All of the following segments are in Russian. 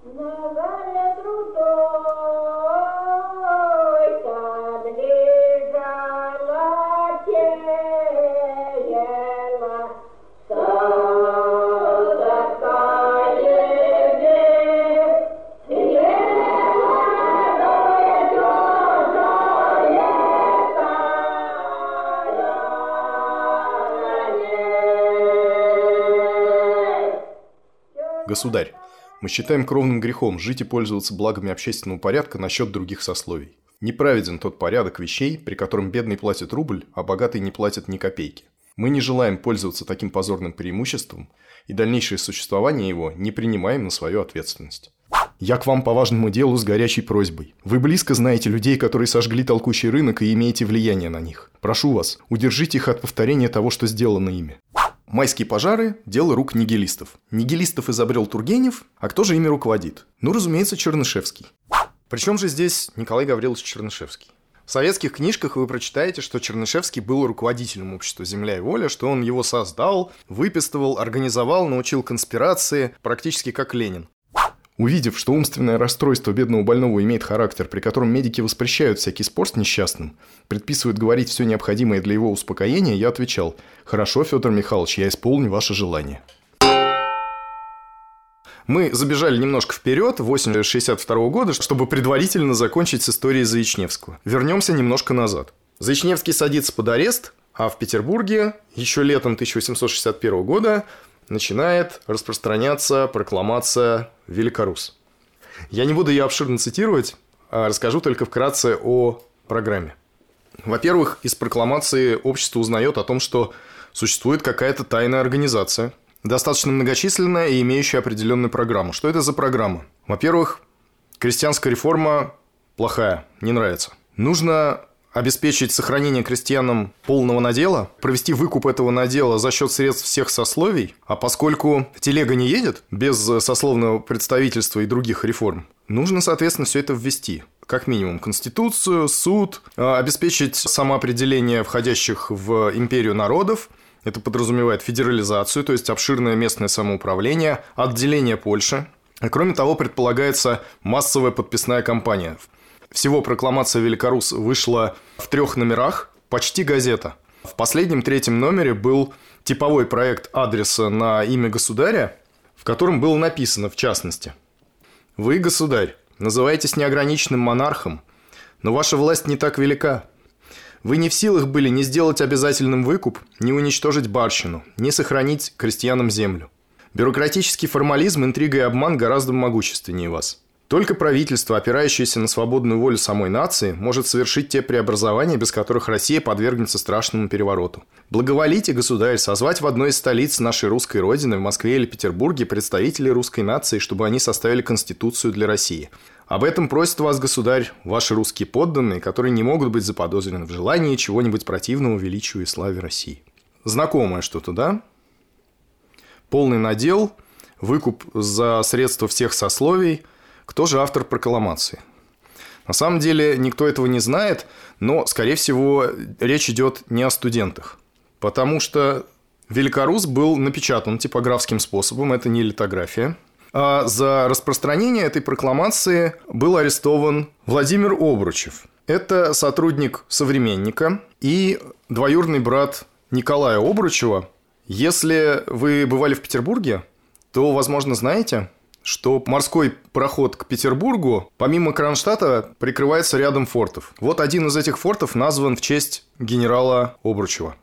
На горе крутой там лежала тело, сладкое Государь, мы считаем кровным грехом жить и пользоваться благами общественного порядка на счет других сословий. Неправеден тот порядок вещей, при котором бедный платит рубль, а богатый не платит ни копейки. Мы не желаем пользоваться таким позорным преимуществом, и дальнейшее существование его не принимаем на свою ответственность. Я к вам по важному делу с горячей просьбой. Вы близко знаете людей, которые сожгли толкучий рынок, и имеете влияние на них. Прошу вас, удержите их от повторения того, что сделано ими. Майские пожары – дело рук нигилистов. Нигилистов изобрел Тургенев, а кто же ими руководит? Ну, разумеется, Чернышевский. Причем же здесь Николай Гаврилович Чернышевский? В советских книжках вы прочитаете, что Чернышевский был руководителем общества «Земля и воля», что он его создал, выписывал, организовал, научил конспирации, практически как Ленин. Увидев, что умственное расстройство бедного больного имеет характер, при котором медики воспрещают всякий спор с несчастным, предписывают говорить все необходимое для его успокоения, я отвечал: «Хорошо, Федор Михайлович, я исполню ваше желание». Мы забежали немножко вперед, в осень 1962 года, чтобы предварительно закончить с историей Заячневского. Вернемся немножко назад. Заячневский садится под арест, а в Петербурге еще летом 1861 года начинает распространяться прокламация «Великорус». Я не буду ее обширно цитировать, а расскажу только вкратце о программе. Во-первых, из прокламации общество узнает о том, что существует какая-то тайная организация, достаточно многочисленная и имеющая определенную программу. Что это за программа? Во-первых, крестьянская реформа плохая, не нравится. Нужно обеспечить сохранение крестьянам полного надела, провести выкуп этого надела за счет средств всех сословий, а поскольку телега не едет без сословного представительства и других реформ, нужно, соответственно, все это ввести. Как минимум, конституцию, суд, обеспечить самоопределение входящих в империю народов. Это подразумевает федерализацию, то есть обширное местное самоуправление, отделение Польши. А кроме того, предполагается массовая подписная кампания. Всего прокламация «Великорус» вышла в 3 номерах, почти газета. В последнем 3-м номере был типовой проект адреса на имя государя, в котором было написано, в частности: «Вы, государь, называетесь неограниченным монархом, но ваша власть не так велика. Вы не в силах были ни сделать обязательным выкуп, ни уничтожить барщину, ни сохранить крестьянам землю. Бюрократический формализм, интрига и обман гораздо могущественнее вас. Только правительство, опирающееся на свободную волю самой нации, может совершить те преобразования, без которых Россия подвергнется страшному перевороту. Благоволите, государь, созвать в одной из столиц нашей русской родины, в Москве или Петербурге, представителей русской нации, чтобы они составили конституцию для России. Об этом просят вас, государь, ваши русские подданные, которые не могут быть заподозрены в желании чего-нибудь противного величию и славе России». Знакомое что-то, да? Полный надел, выкуп за средства всех сословий. Кто же автор прокламации? На самом деле никто этого не знает, но, скорее всего, речь идет не о студентах. Потому что «Великорус» был напечатан типографским способом, это не литография. А за распространение этой прокламации был арестован Владимир Обручев. Это сотрудник «Современника» и двоюродный брат Николая Обручева. Если вы бывали в Петербурге, то, возможно, знаете, что морской проход к Петербургу, помимо Кронштадта, прикрывается рядом фортов. Вот один из этих фортов назван в честь генерала Обручева.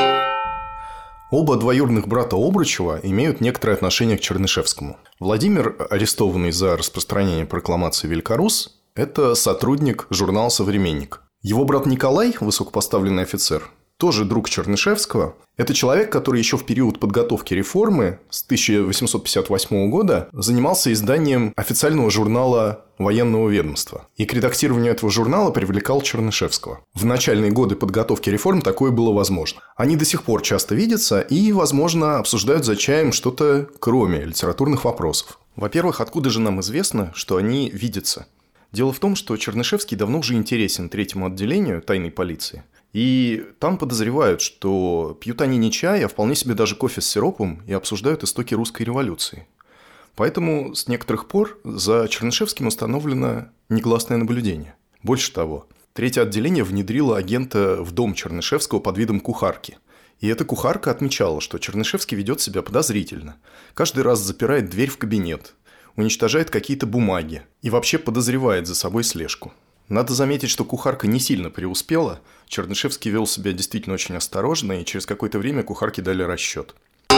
Оба двоюродных брата Обручева имеют некоторое отношение к Чернышевскому. Владимир, арестованный за распространение прокламации «Великорус», это сотрудник журнала «Современник». Его брат Николай, высокопоставленный офицер, тоже друг Чернышевского. Это человек, который еще в период подготовки реформы с 1858 года занимался изданием официального журнала военного ведомства. И к редактированию этого журнала привлекал Чернышевского. В начальные годы подготовки реформ такое было возможно. Они до сих пор часто видятся и, возможно, обсуждают за чаем что-то кроме литературных вопросов. Во-первых, откуда же нам известно, что они видятся? Дело в том, что Чернышевский давно уже интересен третьему отделению тайной полиции. И там подозревают, что пьют они не чай, а вполне себе даже кофе с сиропом и обсуждают истоки русской революции. Поэтому с некоторых пор за Чернышевским установлено негласное наблюдение. Больше того, третье отделение внедрило агента в дом Чернышевского под видом кухарки. И эта кухарка отмечала, что Чернышевский ведет себя подозрительно. Каждый раз запирает дверь в кабинет, уничтожает какие-то бумаги и вообще подозревает за собой слежку. Надо заметить, что кухарка не сильно преуспела. Чернышевский вел себя действительно очень осторожно, и через какое-то время кухарке дали расчет.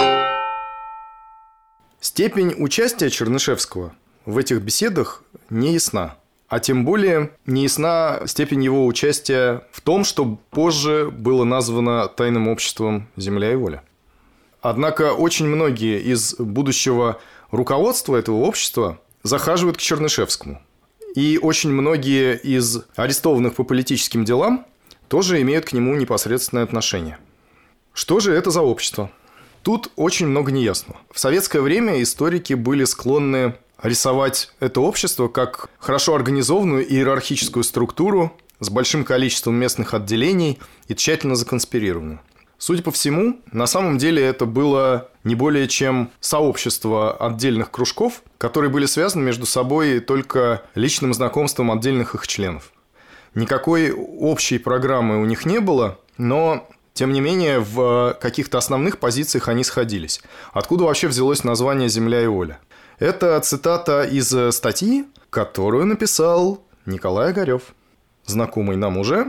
Степень участия Чернышевского в этих беседах не ясна. А тем более не ясна степень его участия в том, что позже было названо тайным обществом «Земля и воля». Однако очень многие из будущего руководства этого общества захаживают к Чернышевскому. И очень многие из арестованных по политическим делам тоже имеют к нему непосредственное отношение. Что же это за общество? Тут очень много неясного. В советское время историки были склонны рисовать это общество как хорошо организованную иерархическую структуру с большим количеством местных отделений и тщательно законспирированную. Судя по всему, на самом деле это было не более чем сообщество отдельных кружков, которые были связаны между собой только личным знакомством отдельных их членов. Никакой общей программы у них не было, но тем не менее, в каких-то основных позициях они сходились. Откуда вообще взялось название «Земля и воля»? Это цитата из статьи, которую написал Николай Огарев, знакомый нам уже.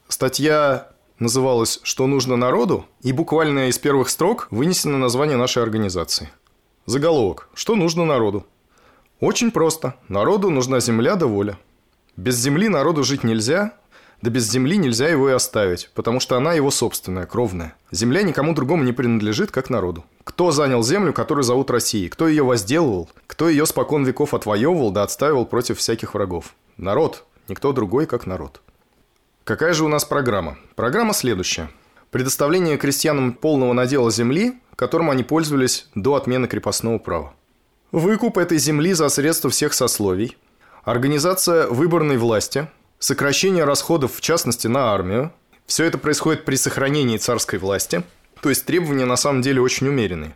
Статья называлась «Что нужно народу?» и буквально из первых строк вынесено название нашей организации. Заголовок «Что нужно народу?» Очень просто. Народу нужна земля да воля. Без земли народу жить нельзя. Да без земли нельзя его и оставить, потому что она его собственная, кровная. Земля никому другому не принадлежит, как народу. Кто занял землю, которую зовут Россией? Кто ее возделывал? Кто ее спокон веков отвоевывал да отстаивал против всяких врагов? Народ. Никто другой, как народ. Какая же у нас программа? Программа следующая. Предоставление крестьянам полного надела земли, которым они пользовались до отмены крепостного права. Выкуп этой земли за средства всех сословий. Организация выборной власти. Сокращение расходов, в частности, на армию. Все это происходит при сохранении царской власти. То есть требования на самом деле очень умеренные.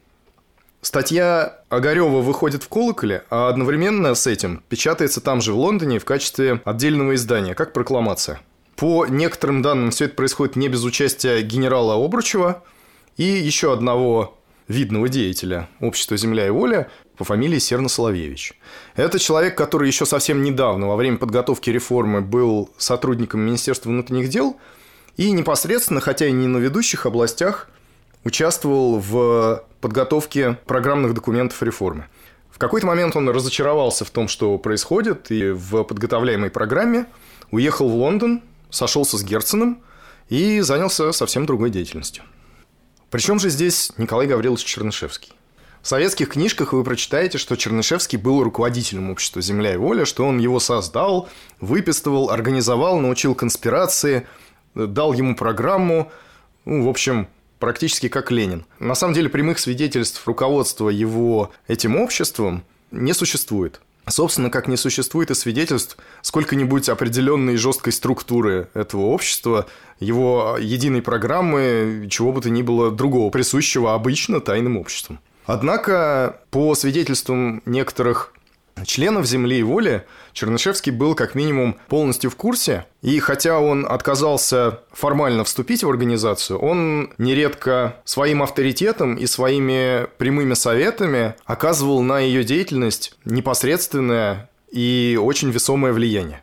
Статья Огарева выходит в «Колоколе», а одновременно с этим печатается там же в Лондоне в качестве отдельного издания, как прокламация. По некоторым данным, все это происходит не без участия генерала Обручева и еще одного видного деятеля общества «Земля и воля» по фамилии Серно-Соловьевич. Это человек, который еще совсем недавно, во время подготовки реформы, был сотрудником Министерства внутренних дел и непосредственно, хотя и не на ведущих областях, участвовал в подготовке программных документов реформы. В какой-то момент он разочаровался в том, что происходит, и в подготовляемой программе уехал в Лондон, сошелся с Герценом и занялся совсем другой деятельностью. Причем же здесь Николай Гаврилович Чернышевский? В советских книжках вы прочитаете, что Чернышевский был руководителем общества «Земля и воля», что он его создал, выписывал, организовал, научил конспирации, дал ему программу, в общем, практически как Ленин. На самом деле прямых свидетельств руководства его этим обществом не существует. Собственно, как не существует и свидетельств сколько-нибудь определенной жесткой структуры этого общества, его единой программы, чего бы то ни было другого, присущего обычно тайным обществам. Однако, по свидетельствам некоторых членов «Земли и воли», Чернышевский был как минимум полностью в курсе, и хотя он отказался формально вступить в организацию, он нередко своим авторитетом и своими прямыми советами оказывал на ее деятельность непосредственное и очень весомое влияние.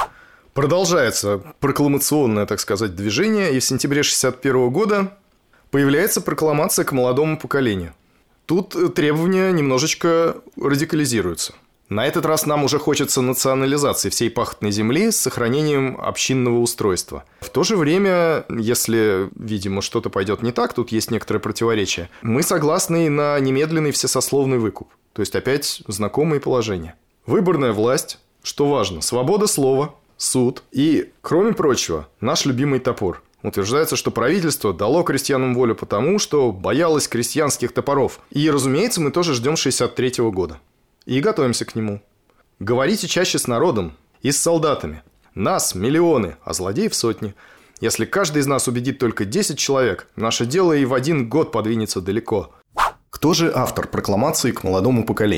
Продолжается прокламационное, так сказать, движение, и в сентябре 1961 года появляется прокламация к молодому поколению. Тут требования немножечко радикализируются. На этот раз нам уже хочется национализации всей пахотной земли с сохранением общинного устройства. В то же время, если, видимо, что-то пойдет не так, тут есть некоторое противоречие, мы согласны на немедленный всесословный выкуп. То есть опять знакомые положения. Выборная власть, что важно, свобода слова, суд и, кроме прочего, наш любимый топор. Утверждается, что правительство дало крестьянам волю потому, что боялось крестьянских топоров. И, разумеется, мы тоже ждем 1963 года. И готовимся к нему. Говорите чаще с народом и с солдатами. Нас миллионы, а злодеев сотни. Если каждый из нас убедит только 10 человек, наше дело и в 1 год подвинется далеко. Кто же автор прокламации к молодому поколению?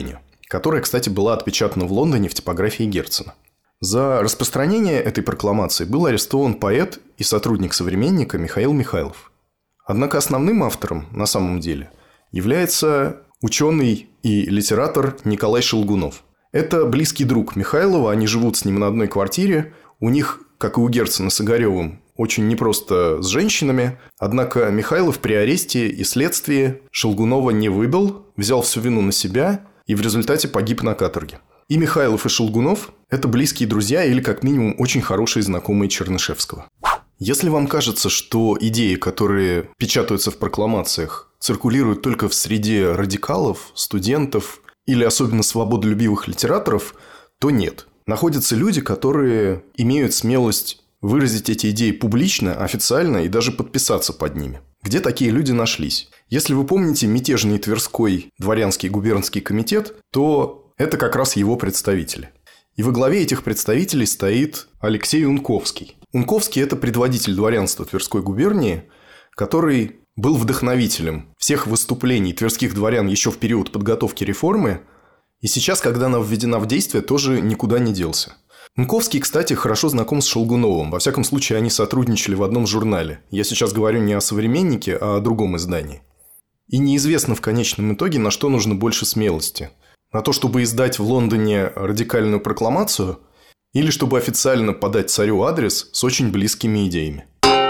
которая, кстати, была отпечатана в Лондоне в типографии Герцена. За распространение этой прокламации был арестован поэт и сотрудник «Современника» Михаил Михайлов. Однако основным автором, на самом деле, является ученый и литератор Николай Шелгунов. Это близкий друг Михайлова, они живут с ним на одной квартире. У них, как и у Герцена с Огаревым, очень непросто с женщинами. Однако Михайлов при аресте и следствии Шелгунова не выдал, взял всю вину на себя и в результате погиб на каторге. И Михайлов, и Шелгунов – это близкие друзья или, как минимум, очень хорошие знакомые Чернышевского. Если вам кажется, что идеи, которые печатаются в прокламациях, циркулируют только в среде радикалов, студентов или особенно свободолюбивых литераторов, то нет. Находятся люди, которые имеют смелость выразить эти идеи публично, официально и даже подписаться под ними. Где такие люди нашлись? Если вы помните мятежный Тверской дворянский губернский комитет, то это как раз его представители. И во главе этих представителей стоит Алексей Унковский. Унковский – это предводитель дворянства Тверской губернии, который был вдохновителем всех выступлений тверских дворян еще в период подготовки реформы, и сейчас, когда она введена в действие, тоже никуда не делся. Унковский, кстати, хорошо знаком с Шелгуновым. Во всяком случае, они сотрудничали в одном журнале. Я сейчас говорю не о «Современнике», а о другом издании. И неизвестно в конечном итоге, на что нужно больше смелости. На то, чтобы издать в Лондоне радикальную прокламацию, или чтобы официально подать царю адрес с очень близкими идеями.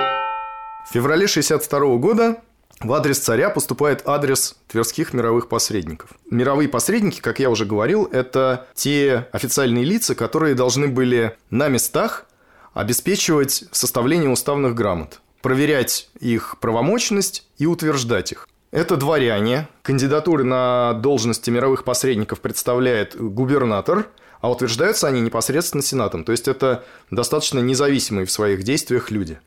В феврале 1962 года в адрес царя поступает адрес тверских мировых посредников. Мировые посредники, как я уже говорил, это те официальные лица, которые должны были на местах обеспечивать составление уставных грамот, проверять их правомочность и утверждать их. Это дворяне. Кандидатуры на должности мировых посредников представляет губернатор, а утверждаются они непосредственно сенатом. То есть, это достаточно независимые в своих действиях люди.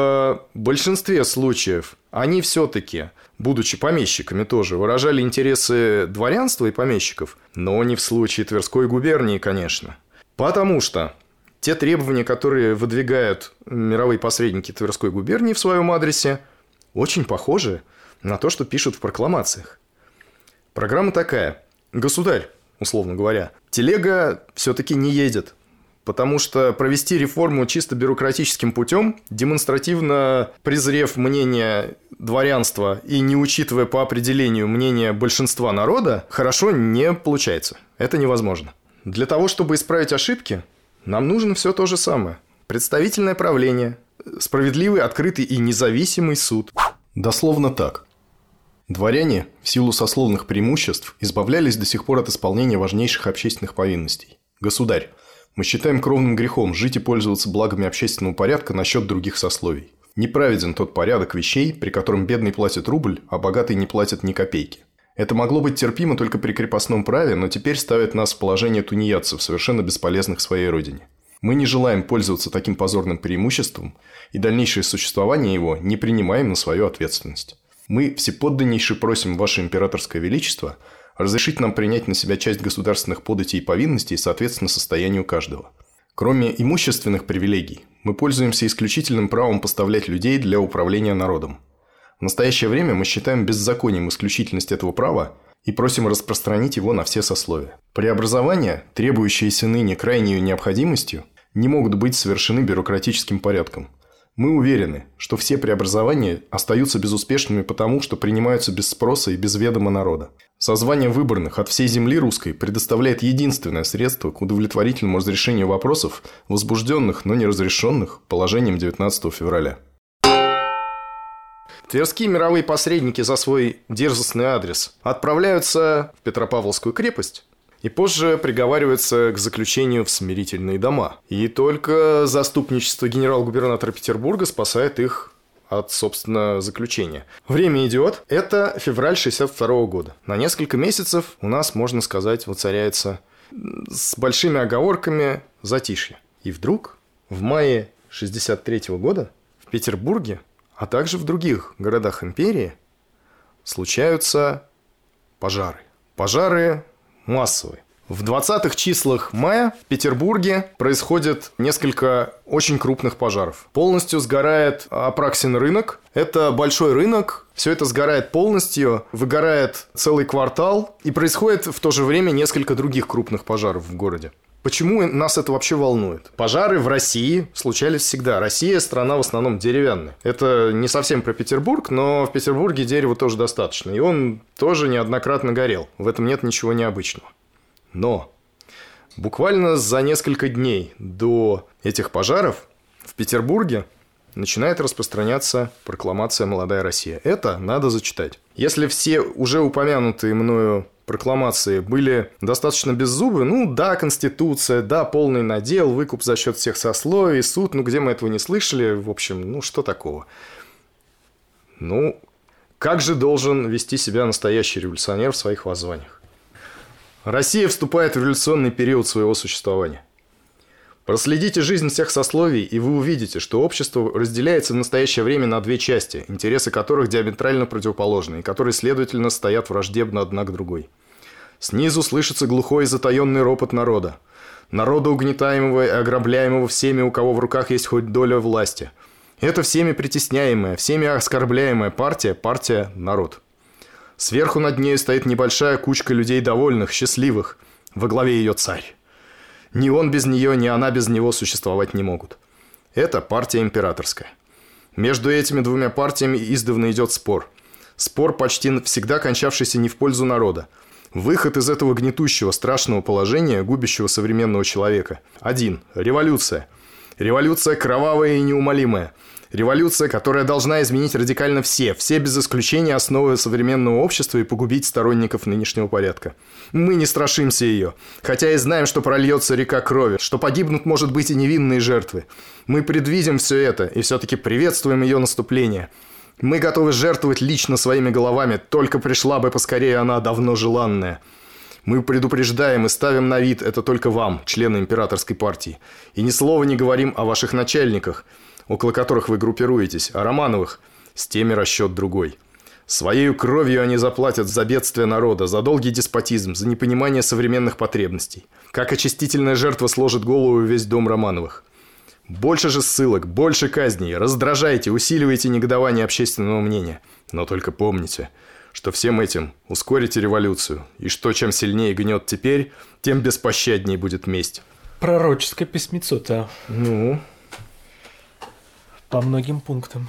В большинстве случаев они все-таки, будучи помещиками тоже, выражали интересы дворянства и помещиков, но не в случае Тверской губернии, конечно. Потому что те требования, которые выдвигают мировые посредники Тверской губернии в своем адресе, очень похожи на то, что пишут в прокламациях. Программа такая. Государь, условно говоря, телега все-таки не едет, потому что провести реформу чисто бюрократическим путем, демонстративно презрев мнение дворянства и не учитывая по определению мнение большинства народа, хорошо не получается. Это невозможно. Для того, чтобы исправить ошибки, нам нужно все то же самое. Представительное правление, справедливый, открытый и независимый суд. Дословно так. Дворяне, в силу сословных преимуществ, избавлялись до сих пор от исполнения важнейших общественных повинностей. Государь, мы считаем кровным грехом жить и пользоваться благами общественного порядка на счет других сословий. Неправеден тот порядок вещей, при котором бедный платит рубль, а богатый не платит ни копейки. Это могло быть терпимо только при крепостном праве, но теперь ставит нас в положение тунеядцев, совершенно бесполезных своей родине. Мы не желаем пользоваться таким позорным преимуществом, и дальнейшее существование его не принимаем на свою ответственность. Мы всеподданнейше просим Ваше Императорское Величество разрешить нам принять на себя часть государственных податей и повинностей соответственно состоянию каждого. Кроме имущественных привилегий, мы пользуемся исключительным правом поставлять людей для управления народом. В настоящее время мы считаем беззаконием исключительность этого права и просим распространить его на все сословия. Преобразования, требующиеся ныне крайней необходимостью, не могут быть совершены бюрократическим порядком. Мы уверены, что все преобразования остаются безуспешными потому, что принимаются без спроса и без ведома народа. Созвание выборных от всей земли русской предоставляет единственное средство к удовлетворительному разрешению вопросов, возбужденных, но не разрешенных положением 19 февраля. Тверские мировые посредники за свой дерзостный адрес отправляются в Петропавловскую крепость и позже приговариваются к заключению в смирительные дома. И только заступничество генерал-губернатора Петербурга спасает их от, собственно, заключения. Время идет. Это февраль 1962 года. На несколько месяцев у нас, можно сказать, воцаряется с большими оговорками затишье. И вдруг в мае 1963 года в Петербурге, а также в других городах империи случаются пожары. Пожары массовые. В 20-х числах мая в Петербурге происходит несколько очень крупных пожаров. Полностью сгорает Апраксин рынок. Это большой рынок. Все это сгорает полностью, выгорает целый квартал. И происходит в то же время несколько других крупных пожаров в городе. Почему нас это вообще волнует? Пожары в России случались всегда. Россия – страна в основном деревянная. Это не совсем про Петербург, но в Петербурге дерева тоже достаточно. И он тоже неоднократно горел. В этом нет ничего необычного. Но буквально за несколько дней до этих пожаров в Петербурге начинает распространяться прокламация «Молодая Россия». Это надо зачитать. Если все уже упомянутые мною прокламации были достаточно беззубы, да, Конституция, да, полный надел, выкуп за счет всех сословий, суд, где мы этого не слышали, в общем, что такого? Как же должен вести себя настоящий революционер в своих воззваниях? Россия вступает в революционный период своего существования. Проследите жизнь всех сословий, и вы увидите, что общество разделяется в настоящее время на две части, интересы которых диаметрально противоположны, и которые, следовательно, стоят враждебно одна к другой. Снизу слышится глухой и затаенный ропот народа. Народа, угнетаемого и ограбляемого всеми, у кого в руках есть хоть доля власти. Это всеми притесняемая, всеми оскорбляемая партия – народ. Сверху над нею стоит небольшая кучка людей довольных, счастливых. Во главе ее царь. Ни он без нее, ни она без него существовать не могут. Это партия императорская. Между этими двумя партиями издавна идет спор. Спор, почти всегда кончавшийся не в пользу народа. Выход из этого гнетущего, страшного положения, губящего современного человека. Один – революция. Революция кровавая и неумолимая. Революция, которая должна изменить радикально все без исключения основы современного общества и погубить сторонников нынешнего порядка. Мы не страшимся ее, хотя и знаем, что прольется река крови, что погибнут, может быть, и невинные жертвы. Мы предвидим все это и все-таки приветствуем ее наступление. Мы готовы жертвовать лично своими головами, только пришла бы поскорее она, давно желанная. Мы предупреждаем и ставим на вид это только вам, члены императорской партии, и ни слова не говорим о ваших начальниках, около которых вы группируетесь, о Романовых, с теми расчет другой. Своею кровью они заплатят за бедствие народа, за долгий деспотизм, за непонимание современных потребностей. Как очистительная жертва сложит голову весь дом Романовых. Больше же ссылок, больше казней, раздражайте, усиливайте негодование общественного мнения. Но только помните, что всем этим ускорите революцию, и что чем сильнее гнет теперь, тем беспощаднее будет месть. Пророческое письмецо-то. По многим пунктам.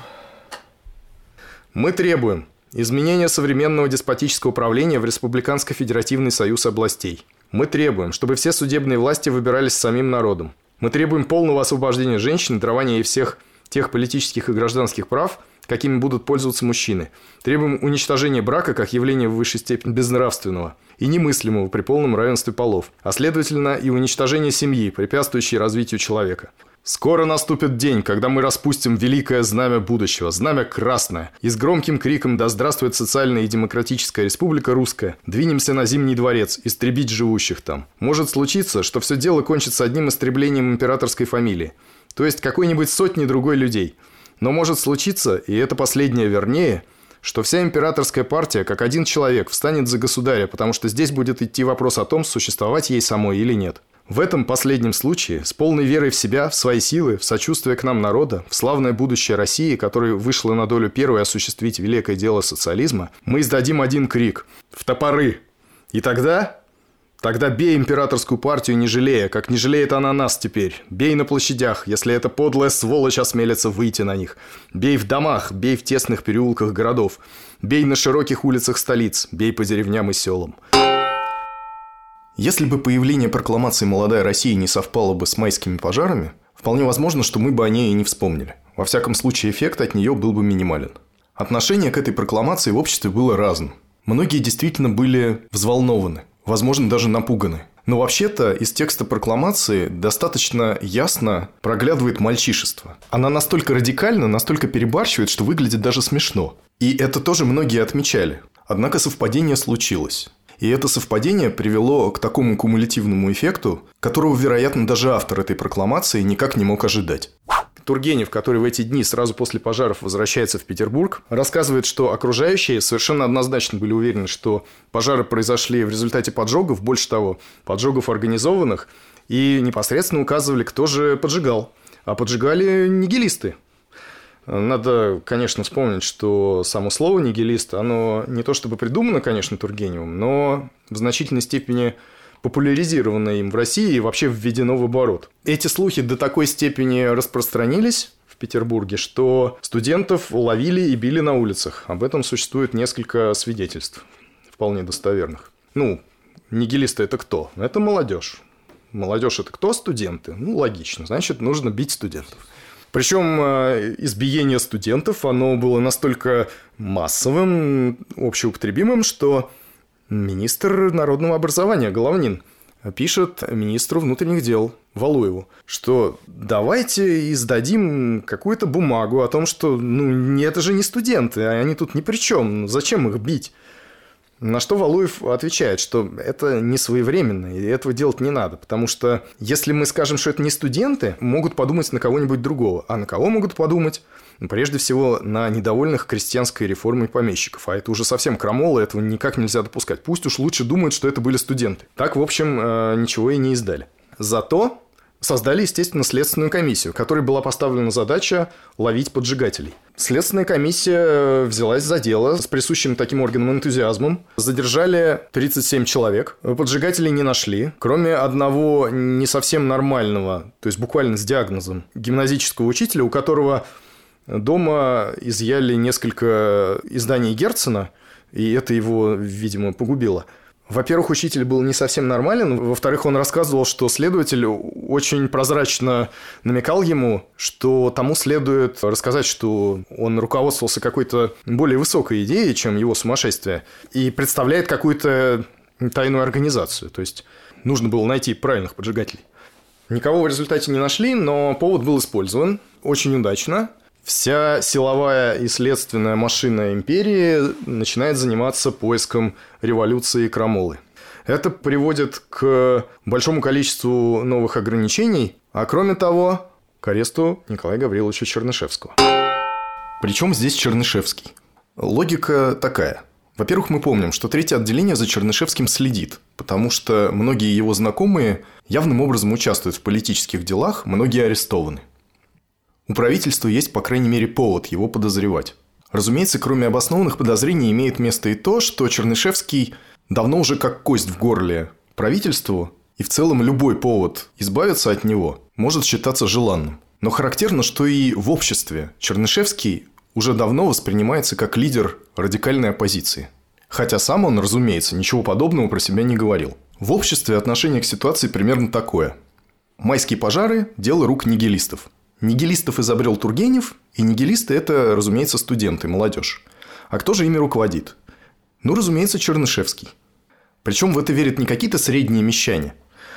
Мы требуем изменения современного деспотического управления в Республиканско-Федеративный союз областей. Мы требуем, чтобы все судебные власти выбирались самим народом. Мы требуем полного освобождения женщин, дарования ей всех тех политических и гражданских прав, какими будут пользоваться мужчины. Требуем уничтожения брака как явления в высшей степени безнравственного и немыслимого при полном равенстве полов, а следовательно и уничтожения семьи, препятствующей развитию человека. Скоро наступит день, когда мы распустим великое знамя будущего, знамя красное, и с громким криком «Да здравствует социальная и демократическая республика русская!» двинемся на Зимний дворец, истребить живущих там. Может случиться, что все дело кончится одним истреблением императорской фамилии, то есть какой-нибудь сотни другой людей. Но может случиться, и это последнее вернее, что вся императорская партия, как один человек, встанет за государя, потому что здесь будет идти вопрос о том, существовать ей самой или нет. В этом последнем случае, с полной верой в себя, в свои силы, в сочувствие к нам народа, в славное будущее России, которой вышло на долю первой осуществить великое дело социализма, мы издадим один крик – в топоры! И тогда бей императорскую партию не жалея, как не жалеет она нас теперь. Бей на площадях, если эта подлая сволочь осмелится выйти на них. Бей в домах, бей в тесных переулках городов. Бей на широких улицах столиц, бей по деревням и селам. Если бы появление прокламации «Молодая Россия» не совпало бы с майскими пожарами, вполне возможно, что мы бы о ней и не вспомнили. Во всяком случае, эффект от нее был бы минимален. Отношение к этой прокламации в обществе было разным. Многие действительно были взволнованы, возможно, даже напуганы. Но вообще-то из текста прокламации достаточно ясно проглядывает мальчишество. Она настолько радикальна, настолько перебарщивает, что выглядит даже смешно. И это тоже многие отмечали. Однако совпадение случилось. И это совпадение привело к такому кумулятивному эффекту, которого, вероятно, даже автор этой прокламации никак не мог ожидать. Тургенев, который в эти дни сразу после пожаров возвращается в Петербург, рассказывает, что окружающие совершенно однозначно были уверены, что пожары произошли в результате поджогов, больше того, поджогов организованных, и непосредственно указывали, кто же поджигал. А поджигали нигилисты. Надо, конечно, вспомнить, что само слово «нигилист», оно не то чтобы придумано, конечно, Тургеневым, но в значительной степени популяризировано им в России и вообще введено в оборот. Эти слухи до такой степени распространились в Петербурге, что студентов ловили и били на улицах. Об этом существует несколько свидетельств, вполне достоверных. Нигилисты – это кто? Это молодежь. Молодежь – это кто? Студенты. Логично. Значит, нужно бить студентов. Причем избиение студентов, оно было настолько массовым, общеупотребимым, что министр народного образования Головнин пишет министру внутренних дел Валуеву, что давайте издадим какую-то бумагу о том, что это же не студенты, они тут ни при чем, зачем их бить? На что Валуев отвечает, что это не своевременно, и этого делать не надо. Потому что если мы скажем, что это не студенты, могут подумать на кого-нибудь другого. А на кого могут подумать? Прежде всего, на недовольных крестьянской реформой помещиков. А это уже совсем крамола, этого никак нельзя допускать. Пусть уж лучше думают, что это были студенты. Так, в общем, ничего и не издали. Зато создали, естественно, следственную комиссию, которой была поставлена задача ловить поджигателей. Следственная комиссия взялась за дело с присущим таким органам энтузиазмом. Задержали 37 человек. Поджигателей не нашли. Кроме одного не совсем нормального, то есть буквально с диагнозом, гимназического учителя, у которого дома изъяли несколько изданий Герцена, и это его, видимо, погубило. Во-первых, учитель был не совсем нормален. Во-вторых, он рассказывал, что следователь очень прозрачно намекал ему, что тому следует рассказать, что он руководствовался какой-то более высокой идеей, чем его сумасшествие, и представляет какую-то тайную организацию. То есть нужно было найти правильных поджигателей. Никого в результате не нашли, но повод был использован очень удачно. Вся силовая и следственная машина империи начинает заниматься поиском революции и крамолы. Это приводит к большому количеству новых ограничений, а кроме того, к аресту Николая Гавриловича Чернышевского. Причем здесь Чернышевский? Логика такая. Во-первых, мы помним, что третье отделение за Чернышевским следит, потому что многие его знакомые явным образом участвуют в политических делах, многие арестованы. У правительства есть, по крайней мере, повод его подозревать. Разумеется, кроме обоснованных подозрений, имеет место и то, что Чернышевский давно уже как кость в горле правительству, и в целом любой повод избавиться от него может считаться желанным. Но характерно, что и в обществе Чернышевский уже давно воспринимается как лидер радикальной оппозиции. Хотя сам он, разумеется, ничего подобного про себя не говорил. В обществе отношение к ситуации примерно такое. Майские пожары – дело рук нигилистов. Нигилистов изобрел Тургенев, и нигилисты – это, разумеется, студенты, молодежь. А кто же ими руководит? Разумеется, Чернышевский. Причем в это верят не какие-то средние мещане,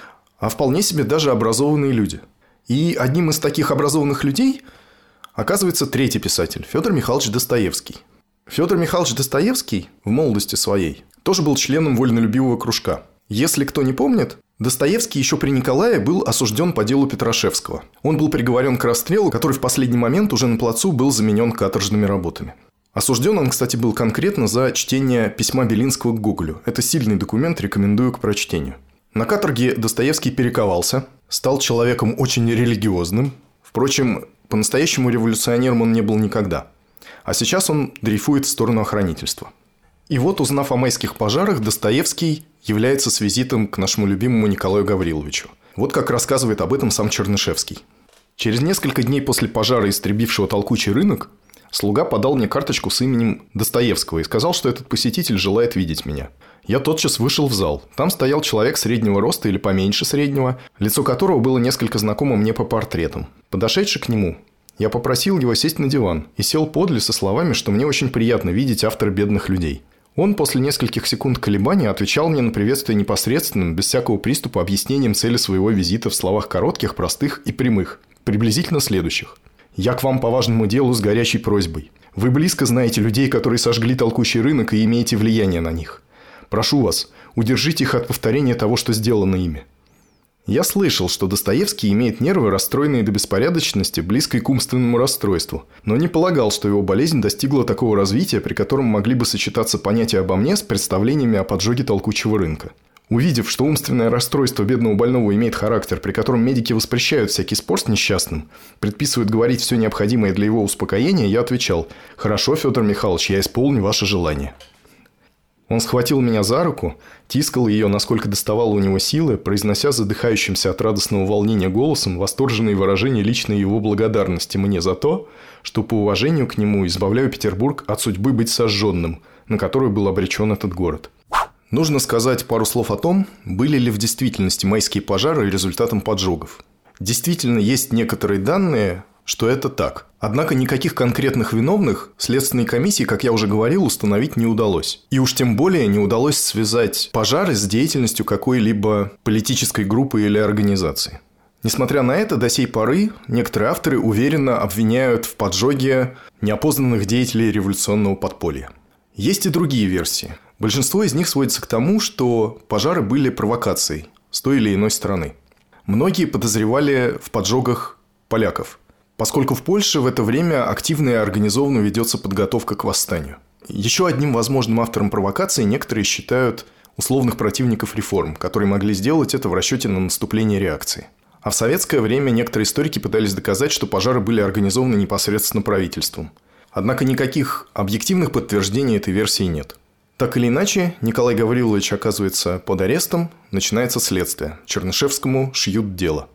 а вполне себе даже образованные люди. И одним из таких образованных людей оказывается третий писатель – Федор Михайлович Достоевский. Федор Михайлович Достоевский в молодости своей тоже был членом вольнолюбивого кружка. Если кто не помнит, Достоевский еще при Николае был осужден по делу Петрашевского. Он был приговорен к расстрелу, который в последний момент уже на плацу был заменен каторжными работами. Осужден он, кстати, был конкретно за чтение письма Белинского к Гоголю. Это сильный документ, рекомендую к прочтению. На каторге Достоевский перековался, стал человеком очень религиозным. Впрочем, по-настоящему революционером он не был никогда. А сейчас он дрейфует в сторону охранительства. И вот, узнав о майских пожарах, Достоевский является с визитом к нашему любимому Николаю Гавриловичу. Вот как рассказывает об этом сам Чернышевский. Через несколько дней после пожара, истребившего толкучий рынок, слуга подал мне карточку с именем Достоевского и сказал, что этот посетитель желает видеть меня. Я тотчас вышел в зал. Там стоял человек среднего роста или поменьше среднего, лицо которого было несколько знакомо мне по портретам. Подошедший к нему, я попросил его сесть на диван и сел подле со словами, что мне очень приятно видеть автора «Бедных людей». Он после нескольких секунд колебания отвечал мне на приветствие непосредственным, без всякого приступа, объяснением цели своего визита в словах коротких, простых и прямых, приблизительно следующих. «Я к вам по важному делу с горячей просьбой. Вы близко знаете людей, которые сожгли толкучий рынок, и имеете влияние на них. Прошу вас, удержите их от повторения того, что сделано ими». Я слышал, что Достоевский имеет нервы, расстроенные до беспорядочности, близкой к умственному расстройству, но не полагал, что его болезнь достигла такого развития, при котором могли бы сочетаться понятия обо мне с представлениями о поджоге толкучего рынка. Увидев, что умственное расстройство бедного больного имеет характер, при котором медики воспрещают всякий спор с несчастным, предписывают говорить все необходимое для его успокоения, я отвечал: «Хорошо, Федор Михайлович, я исполню ваше желание». Он схватил меня за руку, тискал ее, насколько доставало у него силы, произнося задыхающимся от радостного волнения голосом восторженные выражения личной его благодарности мне за то, что по уважению к нему избавляю Петербург от судьбы быть сожженным, на которую был обречен этот город. Нужно сказать пару слов о том, были ли в действительности майские пожары результатом поджогов. Действительно, есть некоторые данные, что это так. Однако никаких конкретных виновных следственной комиссии, как я уже говорил, установить не удалось. И уж тем более не удалось связать пожары с деятельностью какой-либо политической группы или организации. Несмотря на это, до сей поры некоторые авторы уверенно обвиняют в поджоге неопознанных деятелей революционного подполья. Есть и другие версии. Большинство из них сводится к тому, что пожары были провокацией с той или иной стороны. Многие подозревали в поджогах поляков, поскольку в Польше в это время активно и организованно ведется подготовка к восстанию. Еще одним возможным автором провокации некоторые считают условных противников реформ, которые могли сделать это в расчете на наступление реакции. А в советское время некоторые историки пытались доказать, что пожары были организованы непосредственно правительством. Однако никаких объективных подтверждений этой версии нет. Так или иначе, Николай Гаврилович оказывается под арестом, начинается следствие. Чернышевскому шьют дело.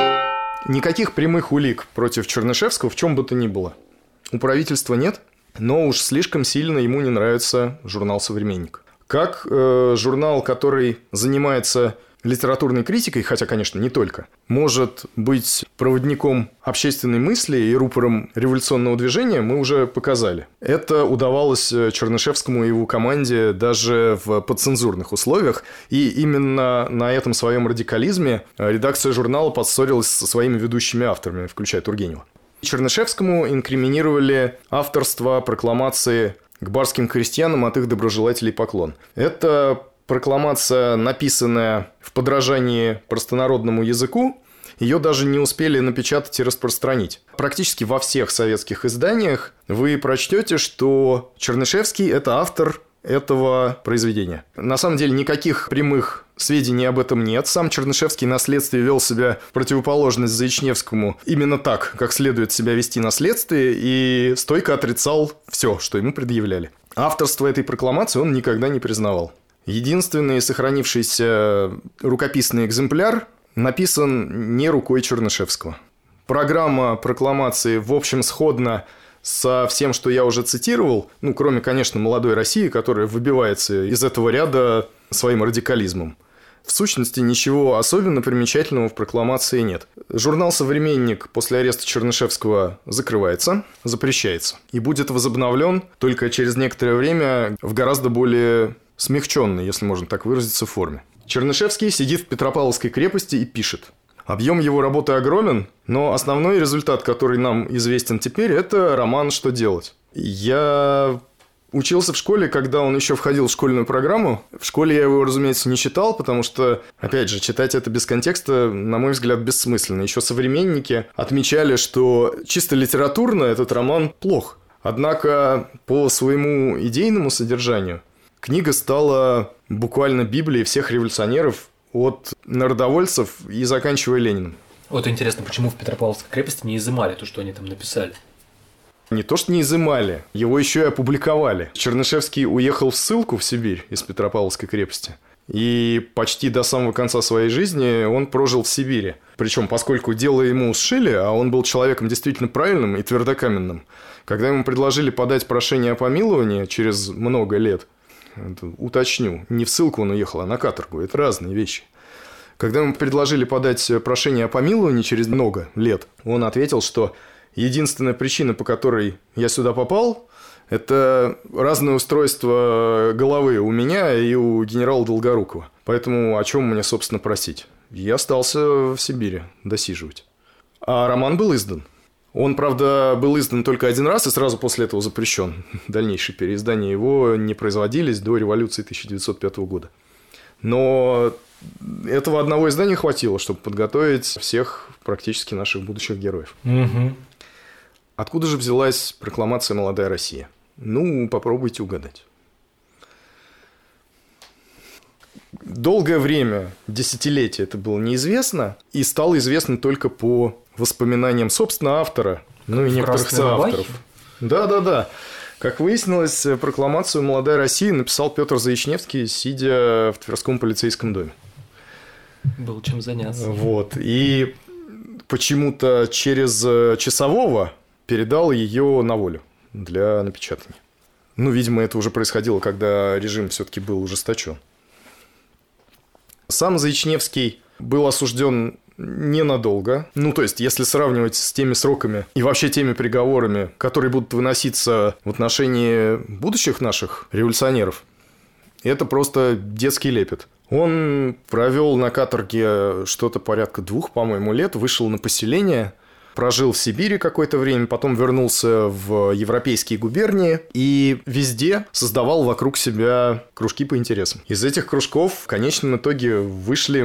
Никаких прямых улик против Чернышевского в чем бы то ни было. У правительства нет, но уж слишком сильно ему не нравится журнал «Современник». Как журнал, который занимается литературной критикой, хотя, конечно, не только, может быть проводником общественной мысли и рупором революционного движения, мы уже показали. Это удавалось Чернышевскому и его команде даже в подцензурных условиях, и именно на этом своем радикализме редакция журнала поссорилась со своими ведущими авторами, включая Тургенева. Чернышевскому инкриминировали авторство прокламации к барским крестьянам от их доброжелателей поклон. Это прокламация, написанная в подражании простонародному языку, ее даже не успели напечатать и распространить. Практически во всех советских изданиях вы прочтете, что Чернышевский – это автор этого произведения. На самом деле никаких прямых сведений об этом нет. Сам Чернышевский на следствии вел себя в противоположность Заичневскому именно так, как следует себя вести на следствии, и стойко отрицал все, что ему предъявляли. Авторство этой прокламации он никогда не признавал. Единственный сохранившийся рукописный экземпляр написан не рукой Чернышевского. Программа прокламации, в общем, сходна со всем, что я уже цитировал, кроме, конечно, «Молодой России», которая выбивается из этого ряда своим радикализмом. В сущности, ничего особенно примечательного в прокламации нет. Журнал «Современник» после ареста Чернышевского закрывается, запрещается, и будет возобновлен только через некоторое время в гораздо более смягченной, если можно так выразиться, форме. Чернышевский сидит в Петропавловской крепости и пишет. Объем его работы огромен, но основной результат, который нам известен теперь, это роман «Что делать?». Я учился в школе, когда он еще входил в школьную программу. В школе я его, разумеется, не читал, потому что, опять же, читать это без контекста, на мой взгляд, бессмысленно. Еще современники отмечали, что чисто литературно этот роман плох. Однако по своему идейному содержанию книга стала буквально библией всех революционеров, от народовольцев и заканчивая Лениным. Вот интересно, почему в Петропавловской крепости не изымали то, что они там написали? Не то, что не изымали, его еще и опубликовали. Чернышевский уехал в ссылку в Сибирь из Петропавловской крепости. И почти до самого конца своей жизни он прожил в Сибири. Причем, поскольку дело ему сшили, а он был человеком действительно правильным и твердокаменным, когда ему предложили подать прошение о помиловании через много лет, уточню, не в ссылку он уехал, а на каторгу. Это разные вещи. Когда ему предложили подать прошение о помиловании через много лет, он ответил, что единственная причина, по которой я сюда попал, это разное устройство головы у меня и у генерала Долгорукова. Поэтому о чем мне, собственно, просить? Я остался в Сибири досиживать. А роман был издан. Он, правда, был издан только один раз и сразу после этого запрещен. Дальнейшие переиздания его не производились до революции 1905 года. Но этого одного издания хватило, чтобы подготовить всех практически наших будущих героев. Угу. Откуда же взялась прокламация «Молодая Россия»? Ну, попробуйте угадать. Долгое время, десятилетия, это было неизвестно, и стало известно только по воспоминаниям, собственно, автора, ну и некоторых соавторов. Да. Как выяснилось, прокламацию «Молодая Россия» написал Петр Заичневский, сидя в Тверском полицейском доме. Было чем заняться. Вот. И почему-то через часового передал ее на волю для напечатания. Ну, видимо, это уже происходило, когда режим все-таки был ужесточен. Сам Заичневский был осужден ненадолго. Ну, то есть, если сравнивать с теми сроками и вообще теми приговорами, которые будут выноситься в отношении будущих наших революционеров, это просто детский лепет. Он провел на каторге что-то порядка 2, по-моему, лет, вышел на поселение, прожил в Сибири какое-то время, потом вернулся в европейские губернии и везде создавал вокруг себя кружки по интересам. Из этих кружков в конечном итоге вышли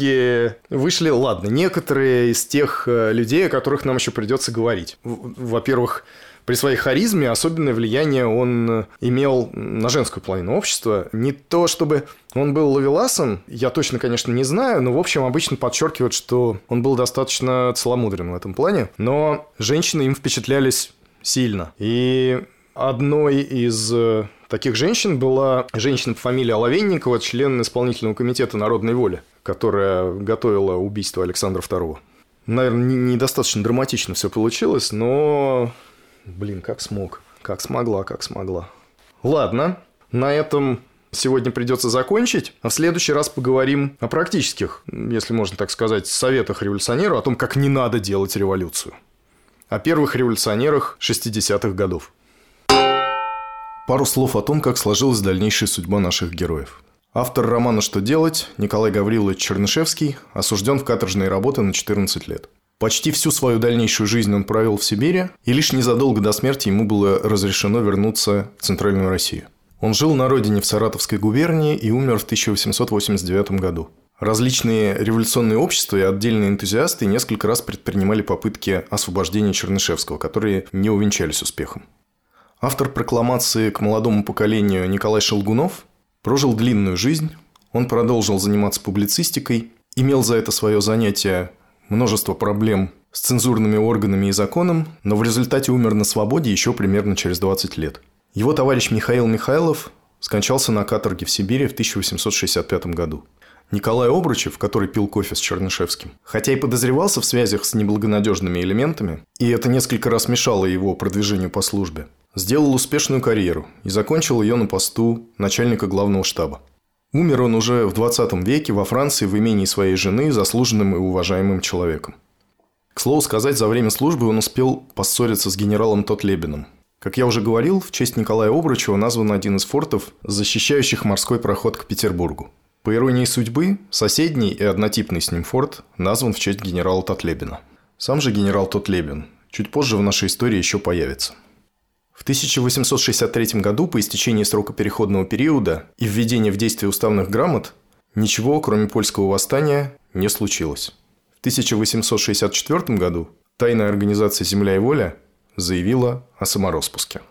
некоторые из тех людей, о которых нам еще придется говорить. Во-первых, при своей харизме особенное влияние он имел на женскую половину общества. Не то чтобы он был ловеласом, я точно, конечно, не знаю, но, в общем, обычно подчеркивают, что он был достаточно целомудрен в этом плане, но женщины им впечатлялись сильно. И одной из таких женщин была женщина по фамилии Оловенникова, член исполнительного комитета народной воли, которая готовила убийство Александра II. Наверное, недостаточно драматично все получилось, но... Блин, как смогла. Ладно, на этом сегодня придется закончить, а в следующий раз поговорим о практических, если можно так сказать, советах революционеру, о том, как не надо делать революцию. О первых революционерах 60-х годов. Пару слов о том, как сложилась дальнейшая судьба наших героев. Автор романа «Что делать» Николай Гаврилович Чернышевский осужден в каторжные работы на 14 лет. Почти всю свою дальнейшую жизнь он провел в Сибири, и лишь незадолго до смерти ему было разрешено вернуться в Центральную Россию. Он жил на родине в Саратовской губернии и умер в 1889 году. Различные революционные общества и отдельные энтузиасты несколько раз предпринимали попытки освобождения Чернышевского, которые не увенчались успехом. Автор прокламации к молодому поколению Николай Шелгунов прожил длинную жизнь, он продолжил заниматься публицистикой, имел за это свое занятие множество проблем с цензурными органами и законом, но в результате умер на свободе еще примерно через 20 лет. Его товарищ Михаил Михайлов скончался на каторге в Сибири в 1865 году. Николай Обручев, который пил кофе с Чернышевским, хотя и подозревался в связях с неблагонадежными элементами, и это несколько раз мешало его продвижению по службе, сделал успешную карьеру и закончил ее на посту начальника главного штаба. Умер он уже в 20 веке во Франции в имении своей жены заслуженным и уважаемым человеком. К слову сказать, за время службы он успел поссориться с генералом Тотлебиным. Как я уже говорил, в честь Николая Обручева назван один из фортов, защищающих морской проход к Петербургу. По иронии судьбы, соседний и однотипный с ним форт назван в честь генерала Тотлебина. Сам же генерал Тотлебин чуть позже в нашей истории еще появится. В 1863 году, по истечении срока переходного периода и введения в действие уставных грамот, ничего, кроме польского восстания, не случилось. В 1864 году тайная организация «Земля и воля» заявила о самороспуске.